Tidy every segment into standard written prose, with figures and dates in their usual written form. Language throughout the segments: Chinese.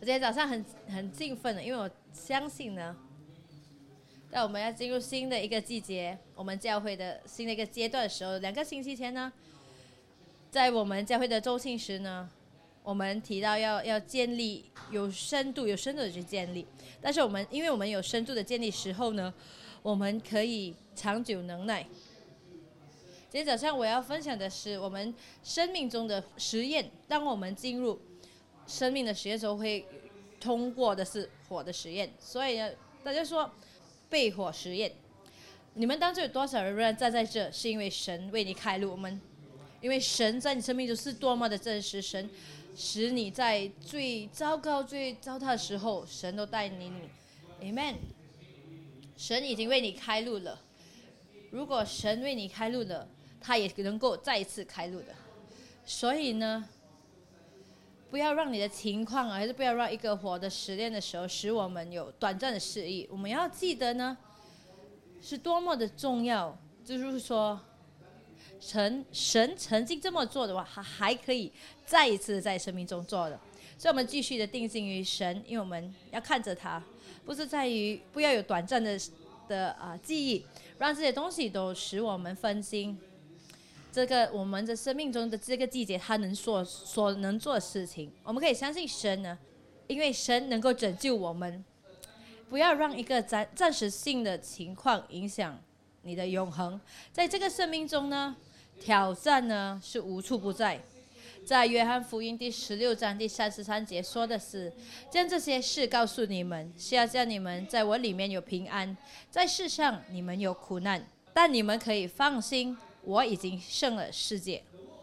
今天早上很兴奋的，因为我相信呢，在我们要进入新的一个季节，我们教会的新的一个阶段的时候，2个星期前呢，在我们教会的周庆时呢，我们提到要建立有深度的去建立，但是因为我们有深度的建立时候呢，我们可以长久能耐。今天早上我要分享的是我们生命中的实验，当我们进入生命的实验的时候，会通过的是火的实验。所以呢，大家说被火实验，你们当中有多少人站在这，是因为神为你开路？因为神在你生命中是多么的真实，神使你在最糟糕、最糟蹋的时候，神都带领你。Amen。神已经为你开路了。如果神为你开路了，他也能够再一次开路的。所以呢，不要让你的情况还是不要让一个火的实验的时候使我们有短暂的失意。我们要记得呢，是多么的重要，就是说神曾经这么做的话，他还可以再一次在生命中做的。所以我们继续的定睛于神，因为我们要看着他，不是在于不要有短暂的记忆，让这些东西都使我们分心。这个我们的生命中的这个季节，他所能做的事情，我们可以相信神呢，因为神能够拯救我们。不要让一个暂时性的情况影响你的永恒。在这个生命中呢，挑战呢是无处不在。在约翰福音第16章第33节说的是，将这些事告诉你们，是要叫你们在我里面有平安，在世上你们有苦难，但你们可以放心，我已经胜了世界。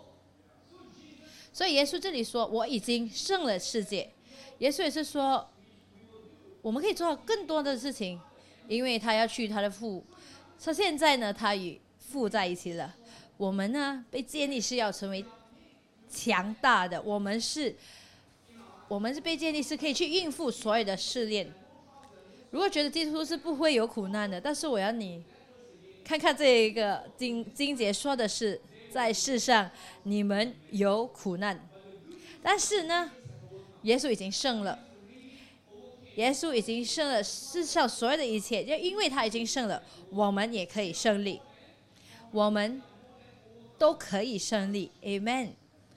所以耶稣这里说我已经胜了世界，耶稣也是说我们可以做到更多的事情，因为他要去他的父。说现在呢，他与父在一起了。我们呢，被建立是要成为强大的，我们是被建立是可以去应付所有的试炼。如果觉得基督徒是不会有苦难的，但是我要你看看这一个经节说的是，在世上你们有苦难，但是呢，耶稣已经胜了。耶稣已经胜了世上所有的一切，因为他已经胜了，我们也可以胜利，我们都可以胜利。 Amen。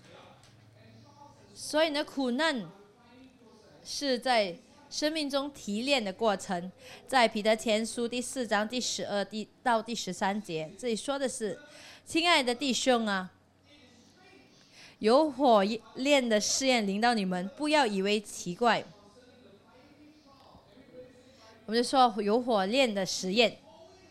所以呢，苦难是在生命中提炼的过程。在彼得前书第4章第12到第13节，这里说的是，亲爱的弟兄啊，有火炼的试验临到你们，不要以为奇怪。我们就说有火炼的实验，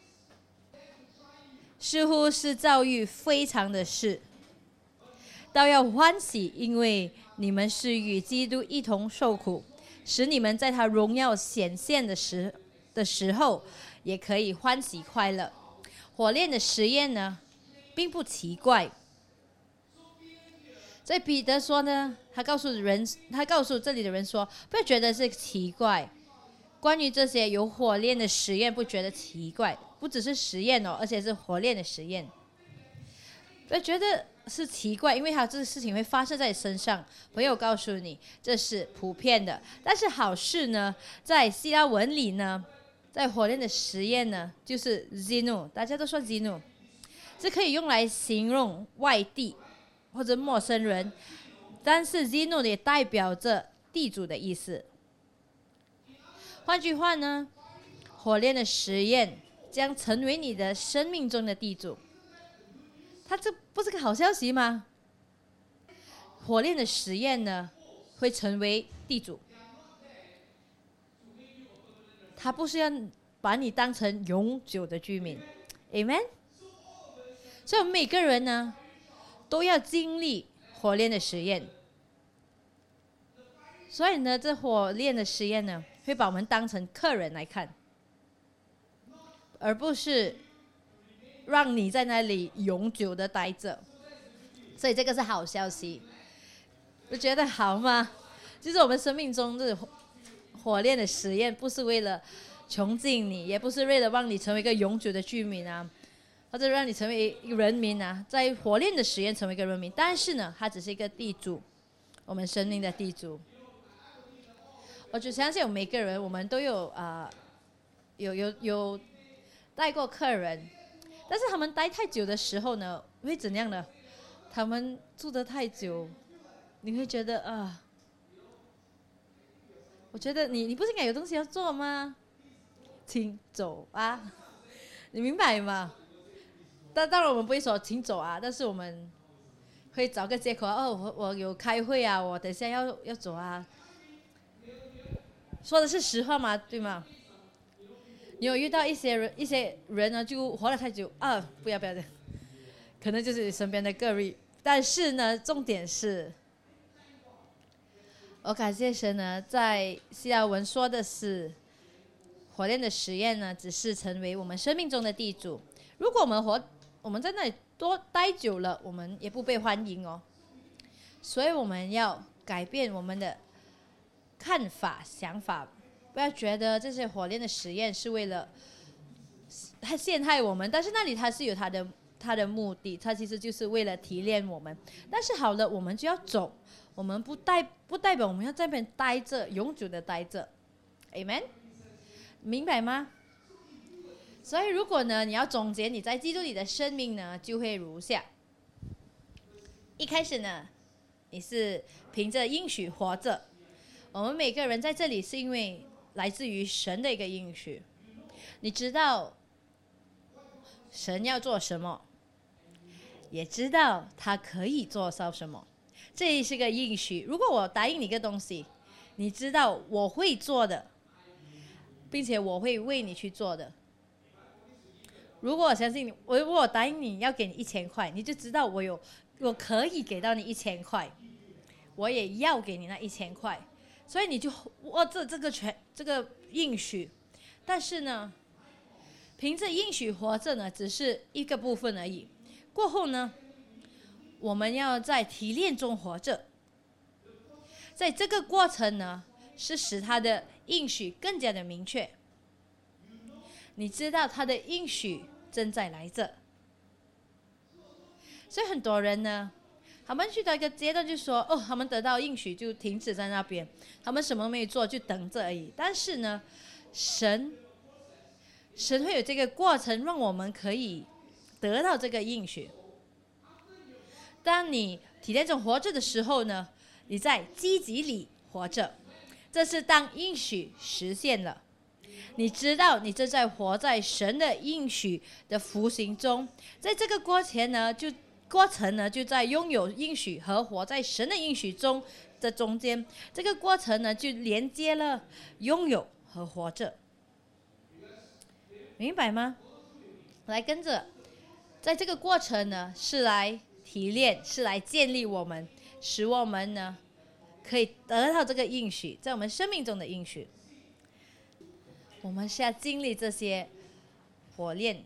似乎是遭遇非常的事，倒要欢喜，因为你们是与基督一同受苦，使你们在他荣耀显现的时候也可以欢喜快乐。火炼的实验呢，并不奇怪。所以彼得说呢，他告诉这里的人说，不要觉得是奇怪。关于这些有火炼的实验，不觉得奇怪，不只是实验哦，而且是火炼的实验。不要觉得是奇怪，因为它这个事情会发生在你身上。朋友告诉你，这是普遍的。但是好事呢，在希腊文里呢，在火炼的实验呢，就是 Zeno， 大家都说 Zeno， 这可以用来形容外地或者陌生人，但是 Zeno 也代表着地主的意思。换句话呢，火炼的实验将成为你的生命中的地主。它这不是个好消息吗？火炼的实验呢，会成为地主。它不是要把你当成永久的居民。 Amen。 所以我们每个人呢，都要经历火炼的实验。所以呢，这火炼的实验呢，会把我们当成客人来看，而不是让你在那里永久的待着。所以这个是好消息，不觉得好吗？就是我们生命中这火炼的实验，不是为了穷尽你，也不是为了让你成为一个永久的居民啊，或者让你成为一个人民啊，在火炼的实验成为一个人民。但是呢，它只是一个地主，我们生命的地主。 我就相信我们每个人，我们都有有带过客人，但是他们待太久的时候呢，会怎样呢？他们住得太久，你会觉得我觉得你不是应该有东西要做吗？请走啊，你明白吗？当然我们不会说请走啊，但是我们会找个借口我有开会啊，我等下要走啊，说的是实话嘛，对吗？你有遇到一些人呢，就活得太久不要的，可能就是你身边的个例。但是呢，重点是，我感谢神呢，在希腊文说的是，火炼的实验呢，只是成为我们生命中的地主。如果我们在那里多待久了，我们也不被欢迎哦。所以我们要改变我们的看法、想法，不要觉得这些火炼的实验是为了陷害我们，但是那里它是有它的目的，它其实就是为了提炼我们。但是好了，我们就要走，我们不代表我们要在那边待着，永久的待着 ，Amen， 明白吗？所以如果呢，你要总结你在基督里的生命呢，就会如下：一开始呢，你是凭着应许活着。我们每个人在这里是因为来自于神的一个应许，你知道神要做什么，也知道他可以做到什么，这是个应许。如果我答应你一个东西，你知道我会做的，并且我会为你去做的。如果我相信你，如果我答应你要给你1000块，你就知道我可以给到你1000块，我也要给你那1000块，所以你就握着这个应许。但是呢，凭着应许活着呢，只是一个部分而已。过后呢，我们要在提炼中活着，在这个过程呢，是使他的应许更加的明确。你知道他的应许正在来着，所以很多人呢，他们去到一个阶段就说他们得到应许就停止在那边，他们什么都没有做，就等着而已。但是呢，神会有这个过程，让我们可以得到这个应许。当你体验中活着的时候呢，你在积极里活着，这是当应许实现了，你知道你正在活在神的应许的福行中。在这个过程呢，就在拥有应许和活在神的应许中的中间，这个过程呢，就连接了拥有和活着，明白吗？来跟着，在这个过程呢，是来提炼，是来建立我们，使我们呢可以得到这个应许，在我们生命中的应许。我们是要经历这些火炼，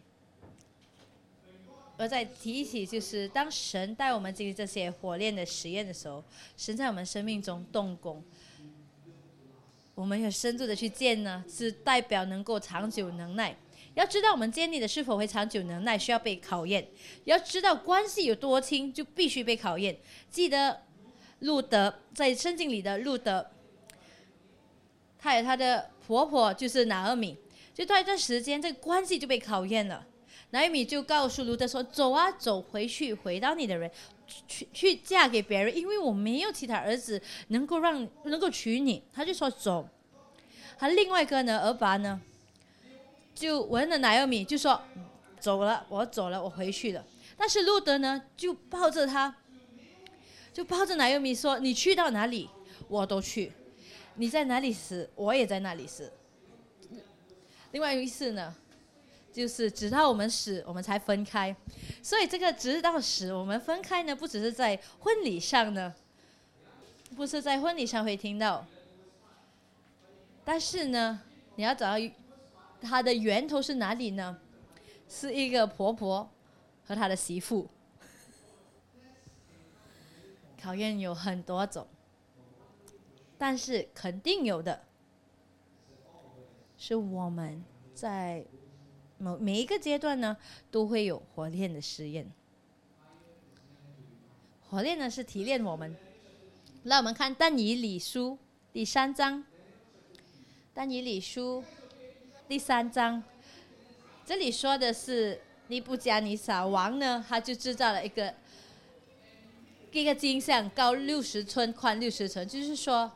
而在提起就是当神带我们经历这些火炼的实验的时候，神在我们生命中动工，我们有深度的去见呢，是代表能够长久能耐。要知道我们建立的是否会长久能耐，需要被考验。要知道关系有多亲，就必须被考验。记得路德，在圣经里的路德，他有他的婆婆就是拿俄米，就到一段时间，这个关系就被考验了。拿俄米就告诉路德说：“走啊，走回去，回到你的人，去嫁给别人，因为我没有其他儿子能够娶你。”他就说走。他另外一个呢，儿拔呢，就闻了拿俄米，就说走了，我走了，我回去了。但是路德呢，就抱着拿俄米说：“你去到哪里，我都去。你在哪里死，我也在那里死。”另外一次呢，就是直到我们死，我们才分开。所以这个直到死我们分开呢，不只是在婚礼上呢，不是在婚礼上会听到，但是呢，你要找到它的源头是哪里呢？是一个婆婆和她的媳妇。考验有很多种，但是肯定有的是我们在每一个阶段呢，都会有火炼的实验。火炼呢是提炼我们。那我们看但以理书第3章但以理书第3章，这里说的是尼布加尼撒王呢，他就制造了一个金像，高60寸，宽60寸，就是说，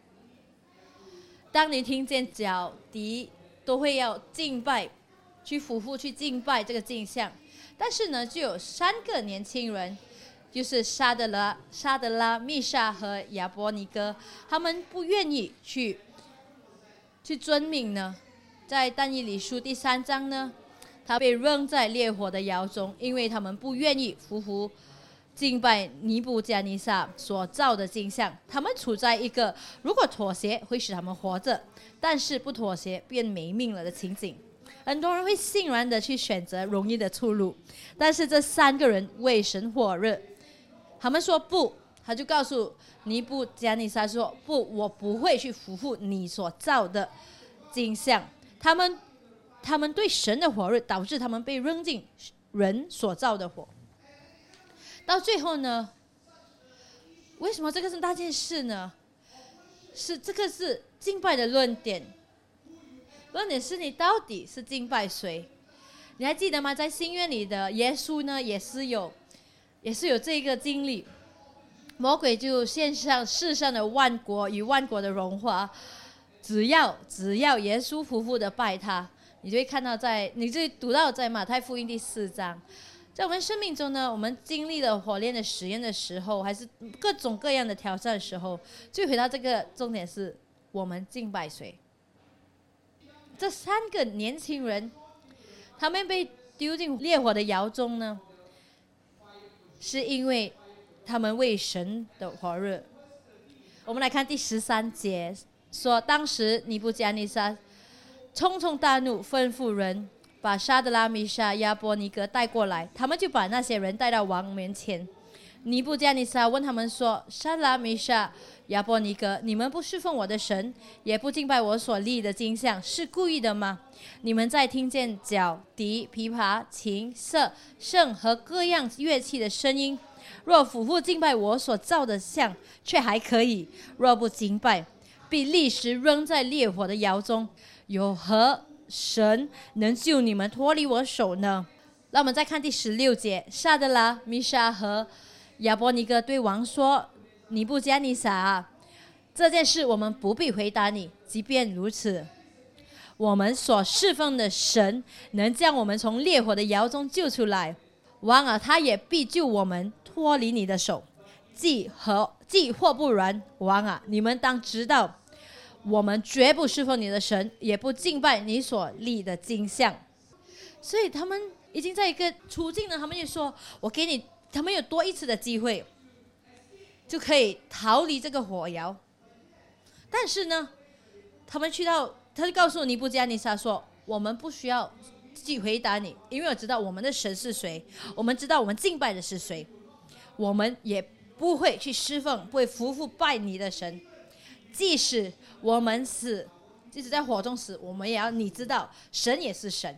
当你听见角笛都会要敬拜，去匍匐去敬拜这个镜像，但是呢，就有3个年轻人，就是沙德拉、密沙和亚伯尼哥，他们不愿意去遵命呢。在但以理书第3章呢，他被扔在烈火的窑中，因为他们不愿意匍匐敬拜尼布加尼撒所造的镜像。他们处在一个如果妥协会使他们活着，但是不妥协便没命了的情景。很多人会欣然的去选择容易的出路，但是这3个人为神火热，他们说不，他就告诉尼布加尼撒说不，我不会去匍匐你所造的镜像。他们对神的火热，导致他们被扔进人所造的火。到最后呢，为什么这个是大件事呢？这个是敬拜的论点。论点是你到底是敬拜谁？你还记得吗？在新约里的耶稣呢，也是有这个经历。魔鬼就献上世上的万国与万国的荣华，只要耶稣夫妇的拜他，你就会看到你就会读到在马太福音第4章。在我们生命中呢，我们经历了火炼的实验的时候，还是各种各样的挑战的时候，就回到这个重点是我们敬拜谁。这3个年轻人，他们被丢进烈火的窑中呢，是因为他们为神的火热。我们来看第13节，说当时尼布加尼撒冲冲大怒，吩咐人把沙德拉、米沙、亚伯尼哥带过来，他们就把那些人带到王面前。尼布加尼撒问他们说：沙德拉、米沙、亚伯尼哥，你们不侍奉我的神，也不敬拜我所立的金像，是故意的吗？你们在听见角、笛、琵琶、琴、瑟、笙和各样乐器的声音，若俯伏敬拜我所造的像，却还可以；若不敬拜，必立时扔在烈火的窑中。有何神能救你们脱离我手呢？那我们再看第16节，沙德拉、米沙和亚伯尼哥对王说：尼布加尼撒，这件事我们不必回答你，即便如此，我们所侍奉的神能将我们从烈火的窑中救出来，王啊，他也必救我们脱离你的手。既或不然，王啊，你们当知道，我们绝不侍奉你的神，也不敬拜你所立的金像。所以他们已经在一个处境呢，他们就说：我给你，他们有多一次的机会，就可以逃离这个火窑。但是呢，他就告诉尼布加尼撒说：我们不需要去回答你，因为我知道我们的神是谁，我们知道我们敬拜的是谁，我们也不会去侍奉，不会匍匐拜你的神。即使我们死，即使在火中死，我们也要你知道，神也是神。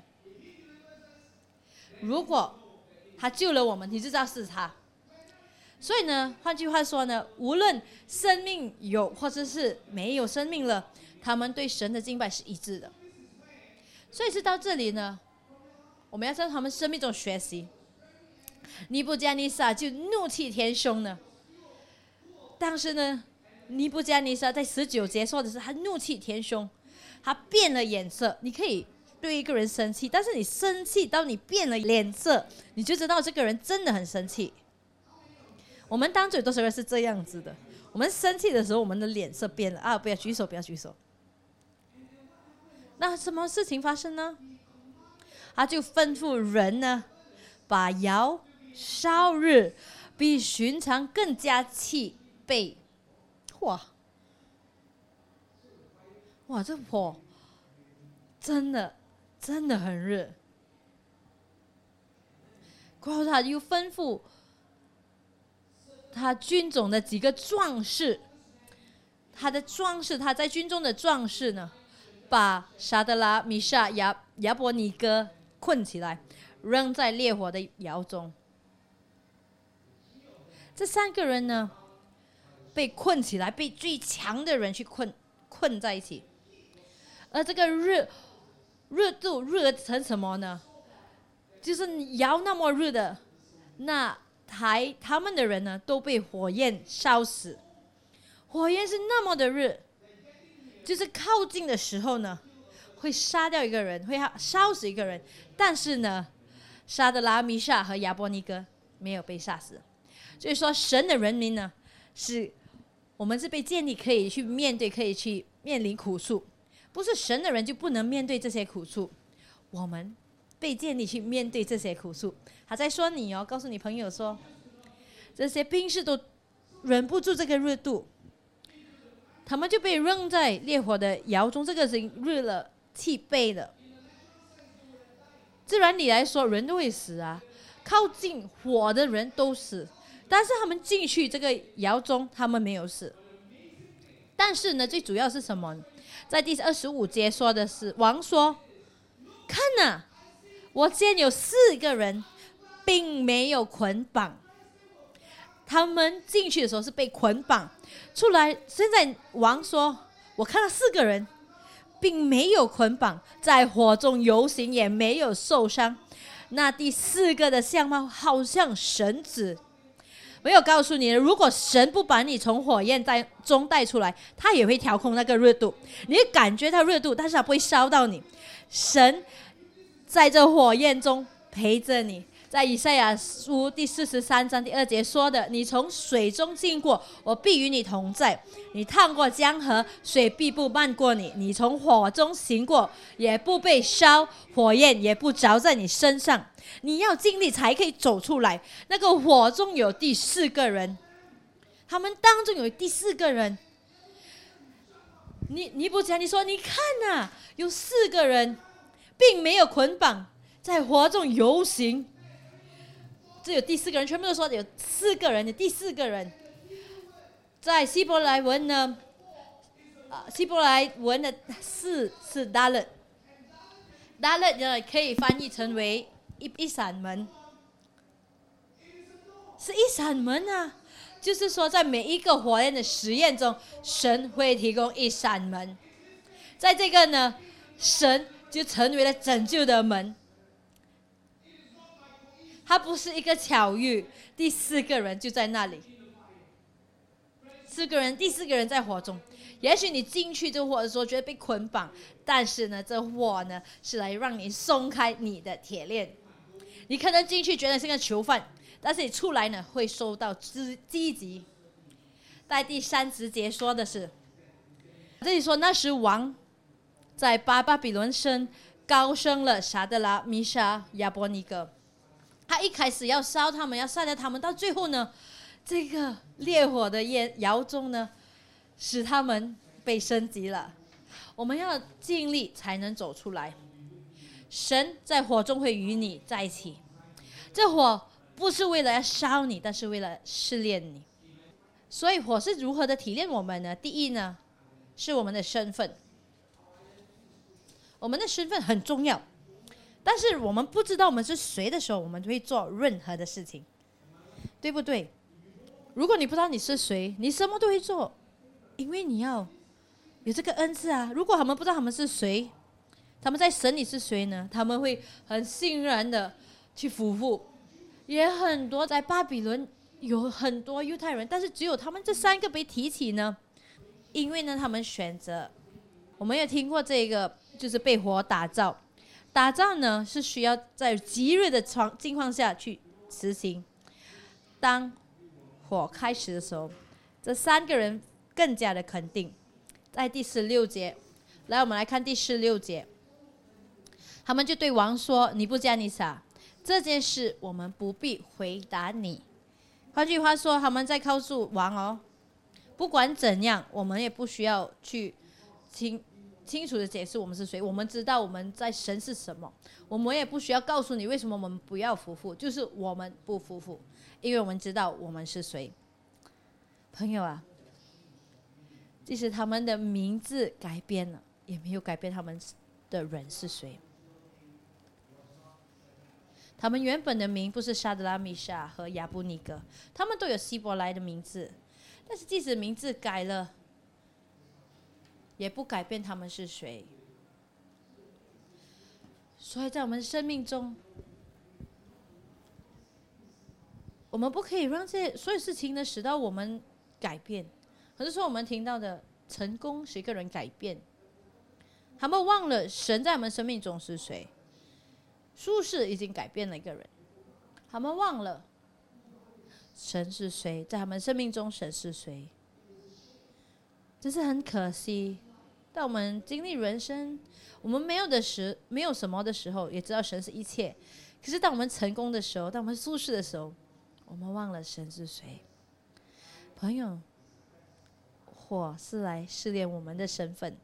如果他救了我们，你就知道是他。所以呢，换句话说呢，无论生命有或者是没有生命了，他们对神的敬拜是一致的。所以是到这里呢，我们要在他们生命中学习。尼布加尼撒就怒气填胸呢。当时呢，尼布加尼撒在19节说的是他怒气填胸，他变了眼色。你可以对一个人生气，但是你生气到你变了脸色，你就知道这个人真的很生气。我们当中有多少人是这样子的？我们生气的时候，我们的脸色变了啊！不要举手，不要举手。那什么事情发生呢？他就吩咐人呢，把窑烧热，比寻常更加气倍。哇，这火真的很热。然后他又吩咐他军中的几个壮士，他在军中的壮士呢，把沙德拉、米沙、亚伯尼哥困起来，扔在烈火的窑中。这3个人呢，被困起来，被最强的人去困在一起。 而这个热度热成什么呢？就是窑那么热的，那他们的人呢都被火焰烧死。火焰是那么的热，就是靠近的时候呢，会杀掉一个人，会烧死一个人。但是呢，沙德拉、米煞和亚伯尼哥没有被杀死。所以说，神的人民呢，我们是被建立可以去面对，可以去面临苦楚。不是神的人就不能面对这些苦楚，我们被建立去面对这些苦楚。他在说你哦，告诉你朋友说，这些兵士都忍不住这个热度，他们就被扔在烈火的窑中，这个是热了气背了。自然理来说，人都会死啊，靠近火的人都死，但是他们进去这个窑中，他们没有死。但是呢，最主要是什么？在第25节说的是，王说：“看哪，我见有4个人，并没有捆绑。”他们进去的时候是被捆绑，出来。现在王说：“我看到4个人，并没有捆绑，在火中游行，也没有受伤。那第4个的相貌好像神子。”没有告诉你，如果神不把你从火焰中带出来，他也会调控那个热度，你会感觉到热度，但是他不会烧到你。神在这火焰中陪着你。在以赛亚书第43章第2节说的：“你从水中经过，我必与你同在；你趟过江河，水必不漫过你；你从火中行过，也不被烧，火焰也不着在你身上。”你要经历才可以走出来。那个火中有第4个人，他们当中有第4个人。你不讲，你说你看啊，有4个人，并没有捆绑，在火中游行。这有第4个人，全部都说有4个人，有第4个人。在希伯来文呢，希伯来文的4是 dalet 呢可以翻译成为一扇门，是一扇门啊！就是说，在每一个火焰的实验中，神会提供一扇门，在这个呢，神就成为了拯救的门。它不是一个巧遇，第4个人就在那里，4个人，第4个人在火中。也许你进去这火的时候觉得被捆绑，但是呢，这火呢是来让你松开你的铁链。你可能进去觉得是个囚犯，但是你出来呢会受到积极。在第30节说的是，这里说那时王在巴比伦高升了沙德拉、米煞、亚伯尼哥。他一开始要烧他们，要杀掉他们，到最后呢，这个烈火的窑中呢，使他们被升级了。我们要尽力才能走出来。神在火中会与你在一起，这火不是为了要烧你，但是为了试炼你。所以火是如何的提炼我们呢？第一呢，是我们的身份。我们的身份很重要，但是我们不知道我们是谁的时候，我们会做任何的事情，对不对？如果你不知道你是谁，你什么都会做，因为你要有这个恩赐啊。如果他们不知道他们是谁，他们在神里是谁呢？他们会很欣然的去服务。也很多在巴比伦有很多犹太人，但是只有他们这3个被提起呢，因为呢他们选择。我们有听过这个，就是被火打造。打造呢是需要在极热的境况下去实行。当火开始的时候，这3个人更加的肯定。在第16节，来我们来看第16节，他们就对王说：“尼布加尼撒，这件事我们不必回答你。”换句话说，他们在告诉王哦，不管怎样，我们也不需要去清楚的解释我们是谁。我们知道我们在神是什么，我们也不需要告诉你为什么我们不要服服，就是我们不服服，因为我们知道我们是谁。朋友啊，即使他们的名字改变了，也没有改变他们的人是谁。他们原本的名不是沙德拉、米煞和亚布尼哥，他们都有希伯来的名字，但是即使名字改了，也不改变他们是谁。 所以在我们的生命中，我们不可以让这些所有事情呢使到我们改变。可是说我们听到的成功使一个人改变，他们忘了神在我们生命中是谁。术士已经改变了一个人，他们忘了神是谁，在他们生命中神是谁。这是很可惜。当我们经历人生，我们没有什么的时候，也知道神是一切。可是当我们成功的时候，当我们舒适的时候，我们忘了神是谁。朋友，火是来试炼我们的身份，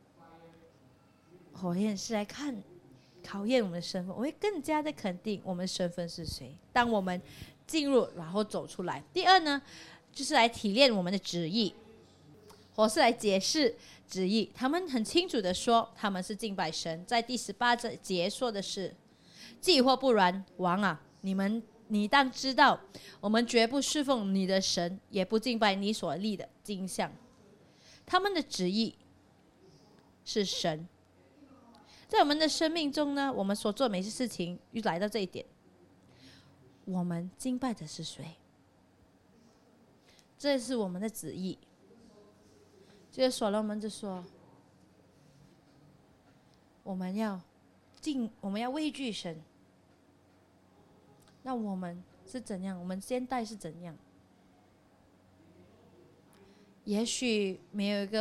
火焰是来考验我们的身份，我会更加的肯定我们身份是谁。当我们进入然后走出来。第二呢，就是来提炼我们的旨意。火是来解释旨意，他们很清楚的说他们是敬拜神。在第18节说的是，既或不然，王啊，你当知道，我们绝不侍奉你的神，也不敬拜你所立的金像。他们的旨意是神。在我们的生命中呢，我们所做的每件事情又来到这一点，我们敬拜的是谁？这是我们的旨意。这个所罗门就说，我们要畏惧神。那我们是怎样？我们现代是怎样？也许没有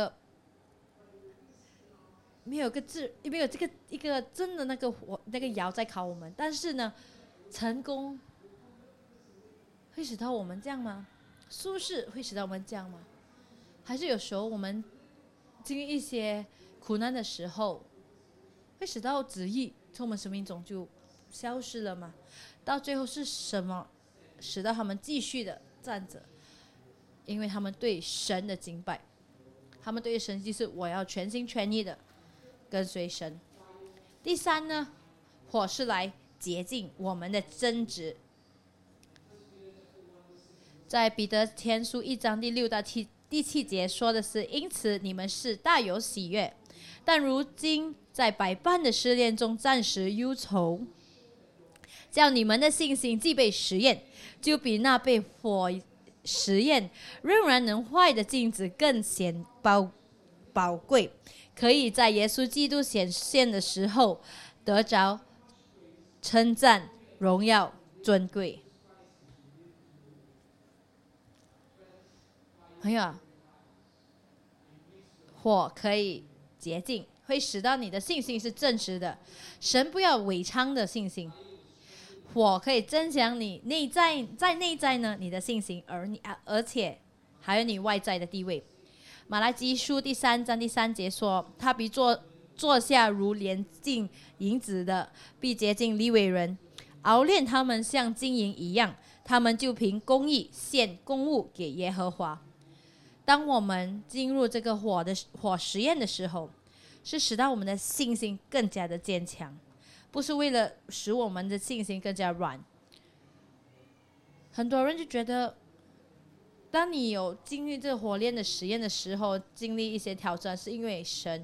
一个真的那个窑在烤我们，但是呢，成功会使到我们这样吗？舒适会使到我们这样吗？还是有时候我们经历一些苦难的时候，会使到旨意从我们生命中就消失了吗？到最后是什么使到他们继续的站着？因为他们对神的敬拜，他们对神就是我要全心全意的跟随神。第三呢，火是来洁净我们的争执。在彼得前书1章第6到第7节说的是，因此你们是大有喜悦，但如今在百般的试炼中暂时忧愁，叫你们的信心既被实验，就比那被火实验仍然能坏的镜子更显宝贵，可以在耶稣基督显现的时候得着称赞、荣耀、尊贵。朋友啊，火可以洁净，会使到你的信心是真实的。神不要伪装的信心。火可以增强你内在呢你的信心，而且还有你外在的地位。马拉基书第3章第3节说，他必坐下如炼净银子的，必洁净利未人，熬炼他们像金银一样，他们就凭公义献供物给耶和华。当我们进入这个火实验的时候，是使到我们的信心更加的坚强，不是为了使我们的信心更加软。很多人就觉得，当你有经历这个火炼的实验的时候，经历一些挑战，是因为神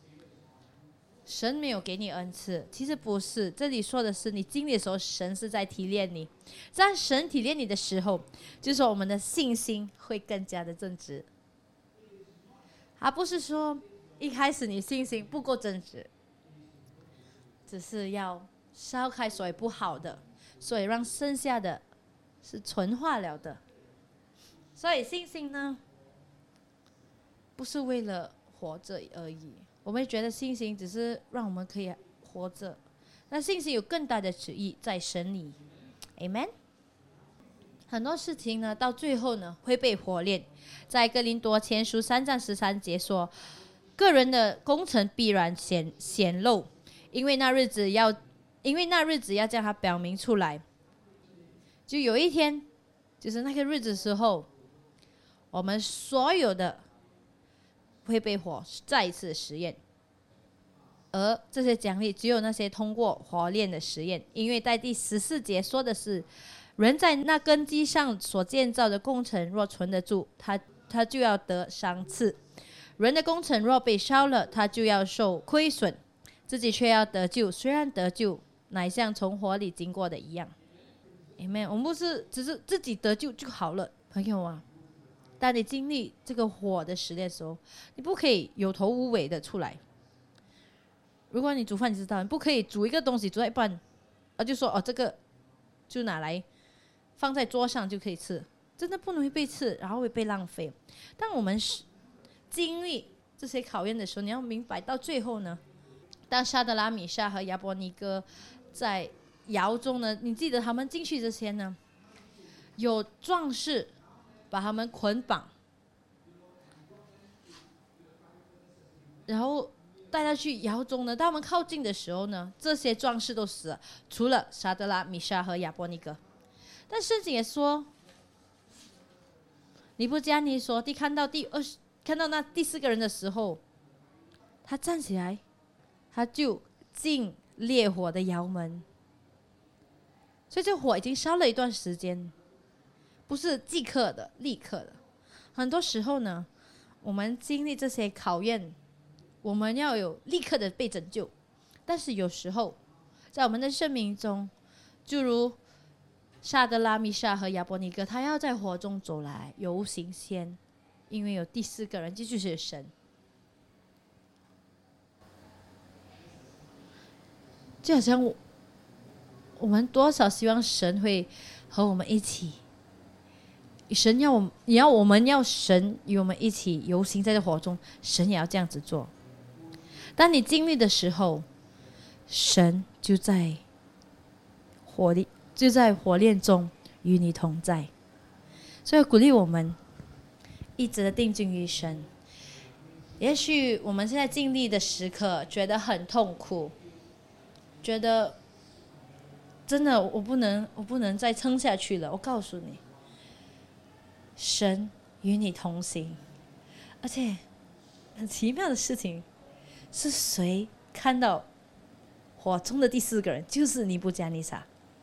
没有给你恩赐。其实不是，这里说的是你经历的时候，神是在提炼你。在神提炼你的时候，就是说我们的信心会更加的正直，而不是说一开始你信心不够正直，只是要烧开所有不好的，所以让剩下的是纯化了的。所以信心呢，不是为了活着而已。我们觉得信心只是让我们可以活着，那信心有更大的旨意在神里。 Amen。 很多事情呢到最后呢会被火炼。在哥林多前书3章13节说，个人的工程必然显露，因为那日子要将它表明出来。就有一天，就是那个日子的时候，我们所有的会被火再一次实验，而这些奖励只有那些通过火炼的实验。因为在第14节说的是，人在那根基上所建造的工程若存得住，他就要得赏赐；人的工程若被烧了，他就要受亏损。 自己却要得救，虽然得救乃像从火里经过的一样。Amen。 我们不是只是自己得救就好了，朋友啊，当你经历这个火的实验的时候，你不可以有头无尾的出来。如果你煮饭，你知道你不可以煮一个东西煮到一半就说这个就拿来放在桌上就可以吃，真的不容易被吃，然后会被浪费。当我们经历这些考验的时候，你要明白到最后呢，当沙德拉米沙和亚伯尼哥在窑中呢，你记得他们进去之前呢，有壮士把他们捆绑，然后带他去窑中呢。当他们靠近的时候呢，这些壮士都死了，除了沙德拉米沙和亚伯尼哥。但圣经也说，尼布加尼说看到那第4个人的时候，他站起来，他就进烈火的窑门。所以这火已经烧了一段时间，不是即刻的立刻的。很多时候呢，我们经历这些考验，我们要有立刻的被拯救，但是有时候在我们的生命中，就如沙德拉米沙和亚伯尼哥，他要在火中走来游行先，因为有第4个人，这就是神。就好像我们多少希望神会和我们一起，神要我们要神与我们一起游行在这火中，神也要这样子做。当你经历的时候，神就在火炼中与你同在。所以鼓励我们一直的定睛于神。也许我们现在经历的时刻觉得很痛苦，觉得真的我不能再撑下去了。我告诉你，神与你同行。而且很奇妙的事情是，谁看到火中的第4个人？就是尼布加尼撒。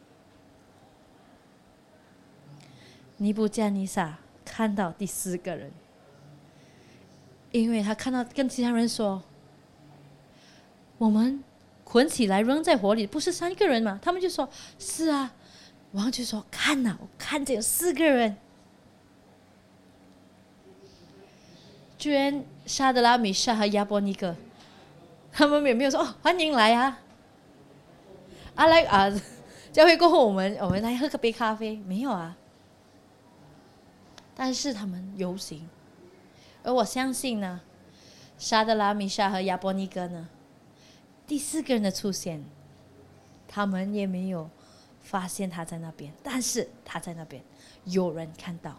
尼布加尼撒看到第4个人，因为他看到跟其他人说，我们捆起来扔在火里，不是3个人吗？他们就说是啊。王就说看啊，我看见有4个人。居然沙德拉米沙和亚伯尼哥，他们也没有说欢迎来啊，教会过后我们来喝个杯咖啡，没有啊。但是他们游行，而我相信呢，沙德拉米沙和亚伯尼哥呢，第4个人的出现，他们也没有发现他在那边，但是他在那边，有人看到。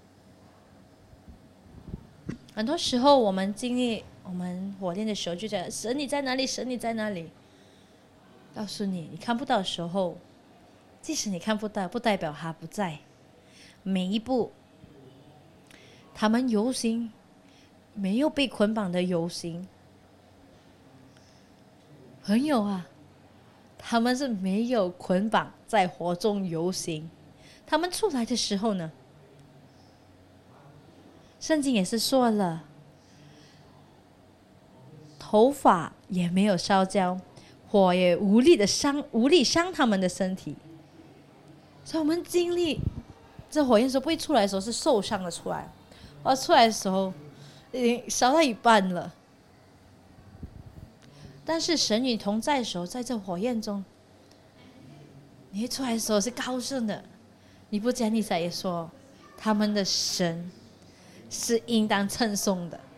很多时候我们经历我们火炼的时候，就觉得神你在哪里？神你在哪里？告诉你，你看不到的时候，即使你看不到，不代表他不在。每一步他们游行，没有被捆绑的游行。朋友啊，他们是没有捆绑，在火中游行。他们出来的时候呢，圣经也是说了，头发也没有烧焦，火也无力伤他们的身体。所以我们经历这火焰的时候，不会出来的时候是受伤的出来，而出来的时候已经烧到一半了。但是神与同在的时候，在这火焰中，你一出来的时候是高盛的。尼布加尼撒也说，他们的神是应当称颂的。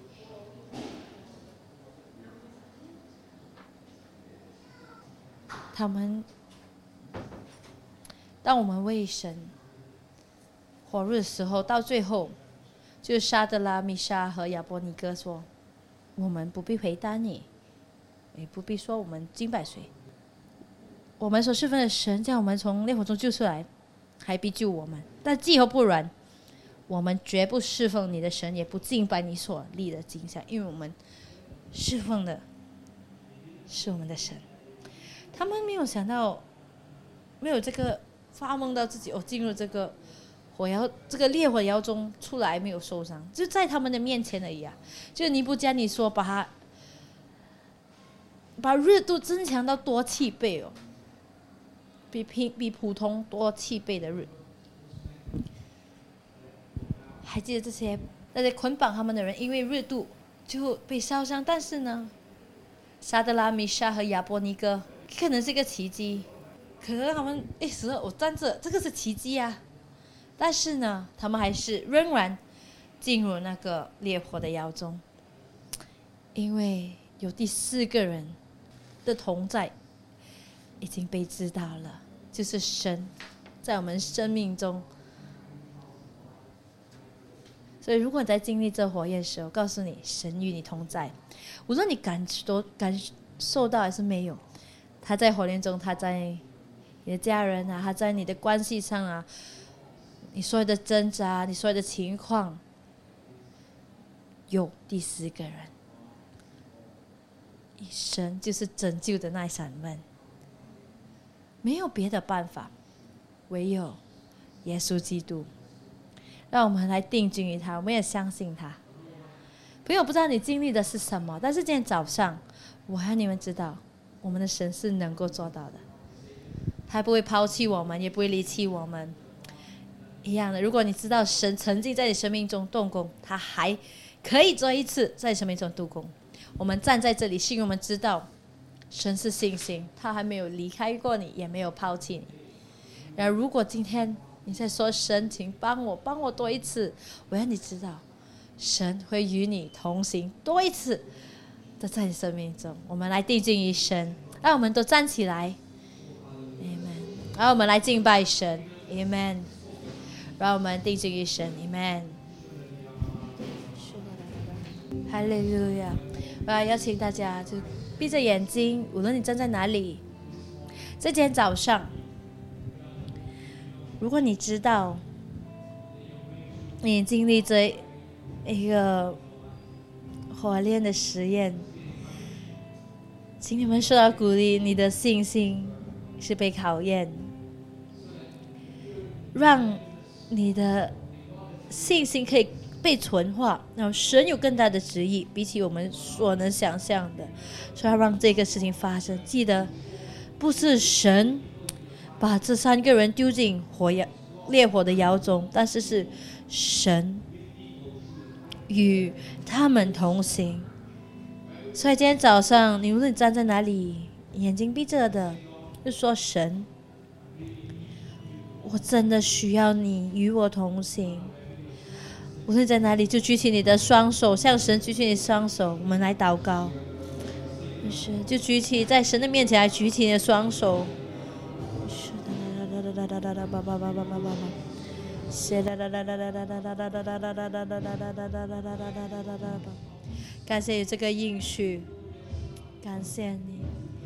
当我们为神火入的时候，到最后，就沙德拉米沙和亚伯尼哥说，我们不必回答你，也不必说我们敬拜谁，我们所侍奉的神将我们从烈火中救出来，还必救我们。但既或不然，我们绝不侍奉你的神，也不敬拜你所立的金像，因为我们侍奉的是我们的神。他们没有想到，没有这个发梦到自己进入这个烈火窑中出来没有受伤，就在他们的面前而已啊。就尼布加尼说把他把热度增强到多7倍哦，比普通多7倍的热。还记得那些捆绑他们的人，因为热度就被烧伤，但是呢，沙德拉、米沙和亚伯尼哥可能是一个奇迹，可能他们我站着，这个是奇迹啊，但是呢，他们还是仍然进入那个烈火的窑中，因为有第4个人的同在已经被知道了，就是神在我们生命中。所以如果你在经历这火焰的时候，告诉你神与你同在，无论你感受到还是没有，他在火焰中，他在你的家人啊，他在你的关系上啊，你所有的挣扎，你所有的情况，有第4个人，神就是拯救的那扇门，没有别的办法，唯有耶稣基督。让我们来定睛于他，我们也相信他。朋友，不知道你经历的是什么，但是今天早上我和你们知道，我们的神是能够做到的，他不会抛弃我们，也不会离弃我们。一样的，如果你知道神曾经在你生命中动工，他还可以再一次在你生命中动工。我们站在这里，是因为我们知道神是信心，他还没有离开过你，也没有抛弃你。然后如果今天你在说神，请帮我多一次，我让你知道神会与你同行多一次的在你生命中。我们来定睛于神，让我们都站起来 Amen， 让我们来敬拜神 Amen， 让我们定睛于神 Amen， 哈利路亚。我要邀请大家就闭着眼睛，无论你站在哪里，在今天早上，如果你知道你经历这一个火炼的实验，请你们受到鼓励，你的信心是被考验，让你的信心可以被纯化，然后神有更大的旨意，比起我们所能想象的，所以要让这个事情发生。记得不是神把这3个人丢进烈火的窑中，但是是神与他们同行。所以今天早上，你无论你站在哪里，眼睛闭着的，就说神，我真的需要你与我同行。无论在哪里，就举起你的双手，向神举起你的双手，我们来祷告。就举起在神的面前来举起你的双手。感谢有这个应许，感谢你，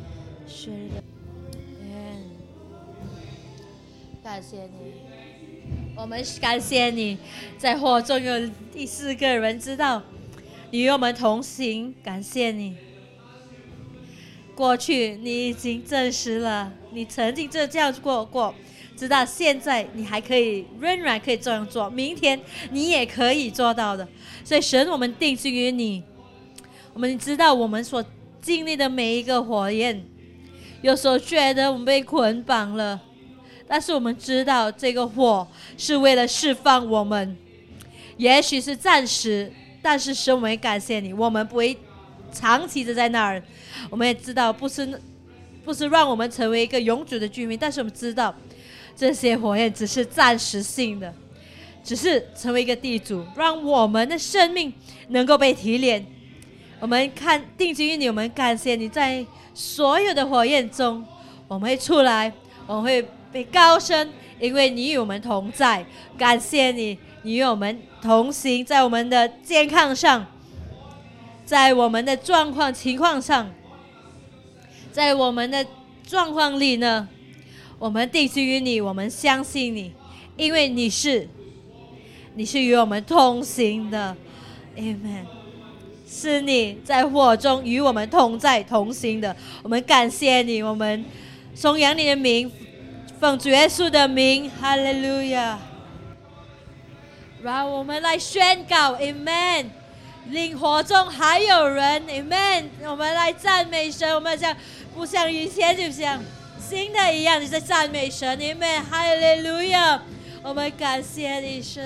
感谢你，我们感谢你，在火中有第4个人知道你与我们同行，感谢你。过去你已经证实了，你曾经这样过，直到现在你还可以，仍然可以这样做，明天你也可以做到的。所以神，我们定睛于你，我们知道我们所经历的每一个火焰，有时候觉得我们被捆绑了，但是我们知道这个火是为了释放我们，也许是暂时，但是神，我们也感谢你，我们不会长期的在那儿。我们也知道不是让我们成为一个永久的居民，但是我们知道这些火焰只是暂时性的，只是成为一个地主，让我们的生命能够被提炼。我们定睛于你，我们感谢你，在所有的火焰中我们会出来，我们会被高升，因为你与我们同在。感谢你，你与我们同行，在我们的健康上，在我们的情况上，在我们的状况里呢，我们定睛于你，我们相信你，因为你是与我们同行的 Amen， 是你在火中与我们同在同行的。我们感谢你，我们颂扬你的名，奉主耶稣的名，哈利路亚。让我们来宣告 Amen， 灵火中还有人 Amen。 我们来赞美神，我们像不像以前，就像新的一样，你在赞美神 Amen。 哈利路亚，我们感谢你，是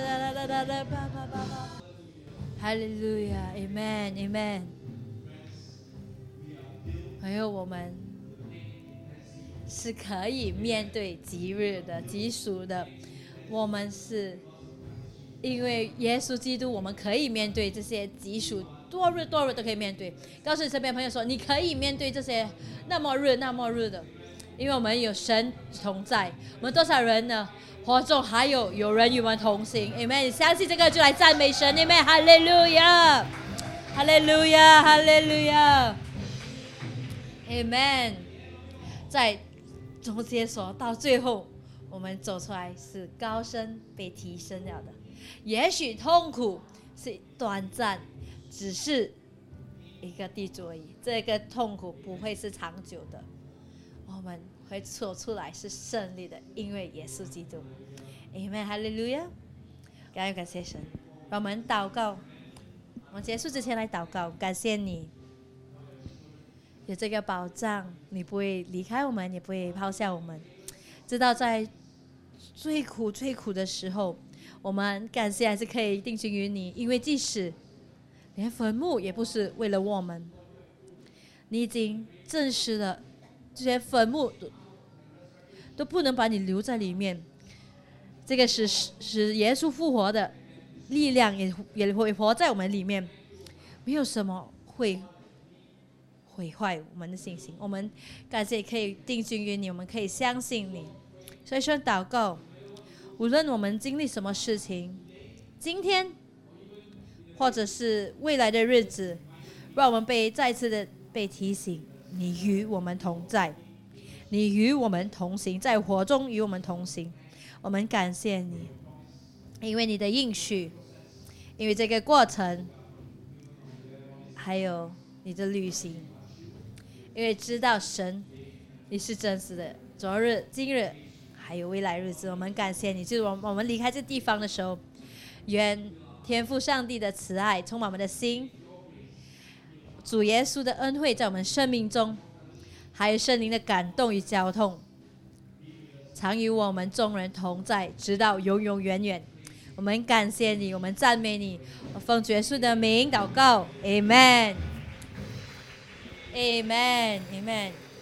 哈利路亚 Amen Amen。 还有我们是可以面对吉日的吉俗的，我们是因为耶稣基督，我们可以面对这些吉俗，多日都可以面对。告诉你身边朋友说，你可以面对这些那么日的，因为我们有神同在。我们多少人呢？活中还有人与我们同行 Amen。 相信这个就来赞美神 Amen。 哈利路亚哈利路亚哈利路亚 Amen。 在中间说到最后，我们走出来是高升被提升了的。也许痛苦是短暂，只是一个地主而已，这个痛苦不会是长久的，我们会走出来是胜利的，因为耶稣基督 Amen。 哈利路亚，感谢神。让我们祷告，我们结束之前来祷告。感谢你有这个保障，你不会离开我们，也不会抛下我们，知道在最苦的时候，我们感谢还是可以定睛于你，因为即使连坟墓也不是为了我们，你已经证实了这些坟墓都不能把你留在里面。这个使耶稣复活的力量也会活在我们里面，没有什么会毁坏我们的信心。我们感谢可以定睛于你，我们可以相信你。所以说祷告，无论我们经历什么事情，今天或者是未来的日子，让我们再次的被提醒，你与我们同在，你与我们同行，在火中与我们同行。我们感谢你，因为你的应许，因为这个过程，还有你的旅行，因为知道神你是真实的，昨日今日还有未来日子。我们感谢你，就是我们离开这地方的时候，愿天父上帝的慈爱充满我们的心，主耶稣的恩惠在我们生命中，还有圣灵的感动与交通，常与我们众人同在，直到永永远远。我们感谢你，我们赞美你，我奉主耶稣的名祷告 Amen Amen Amen。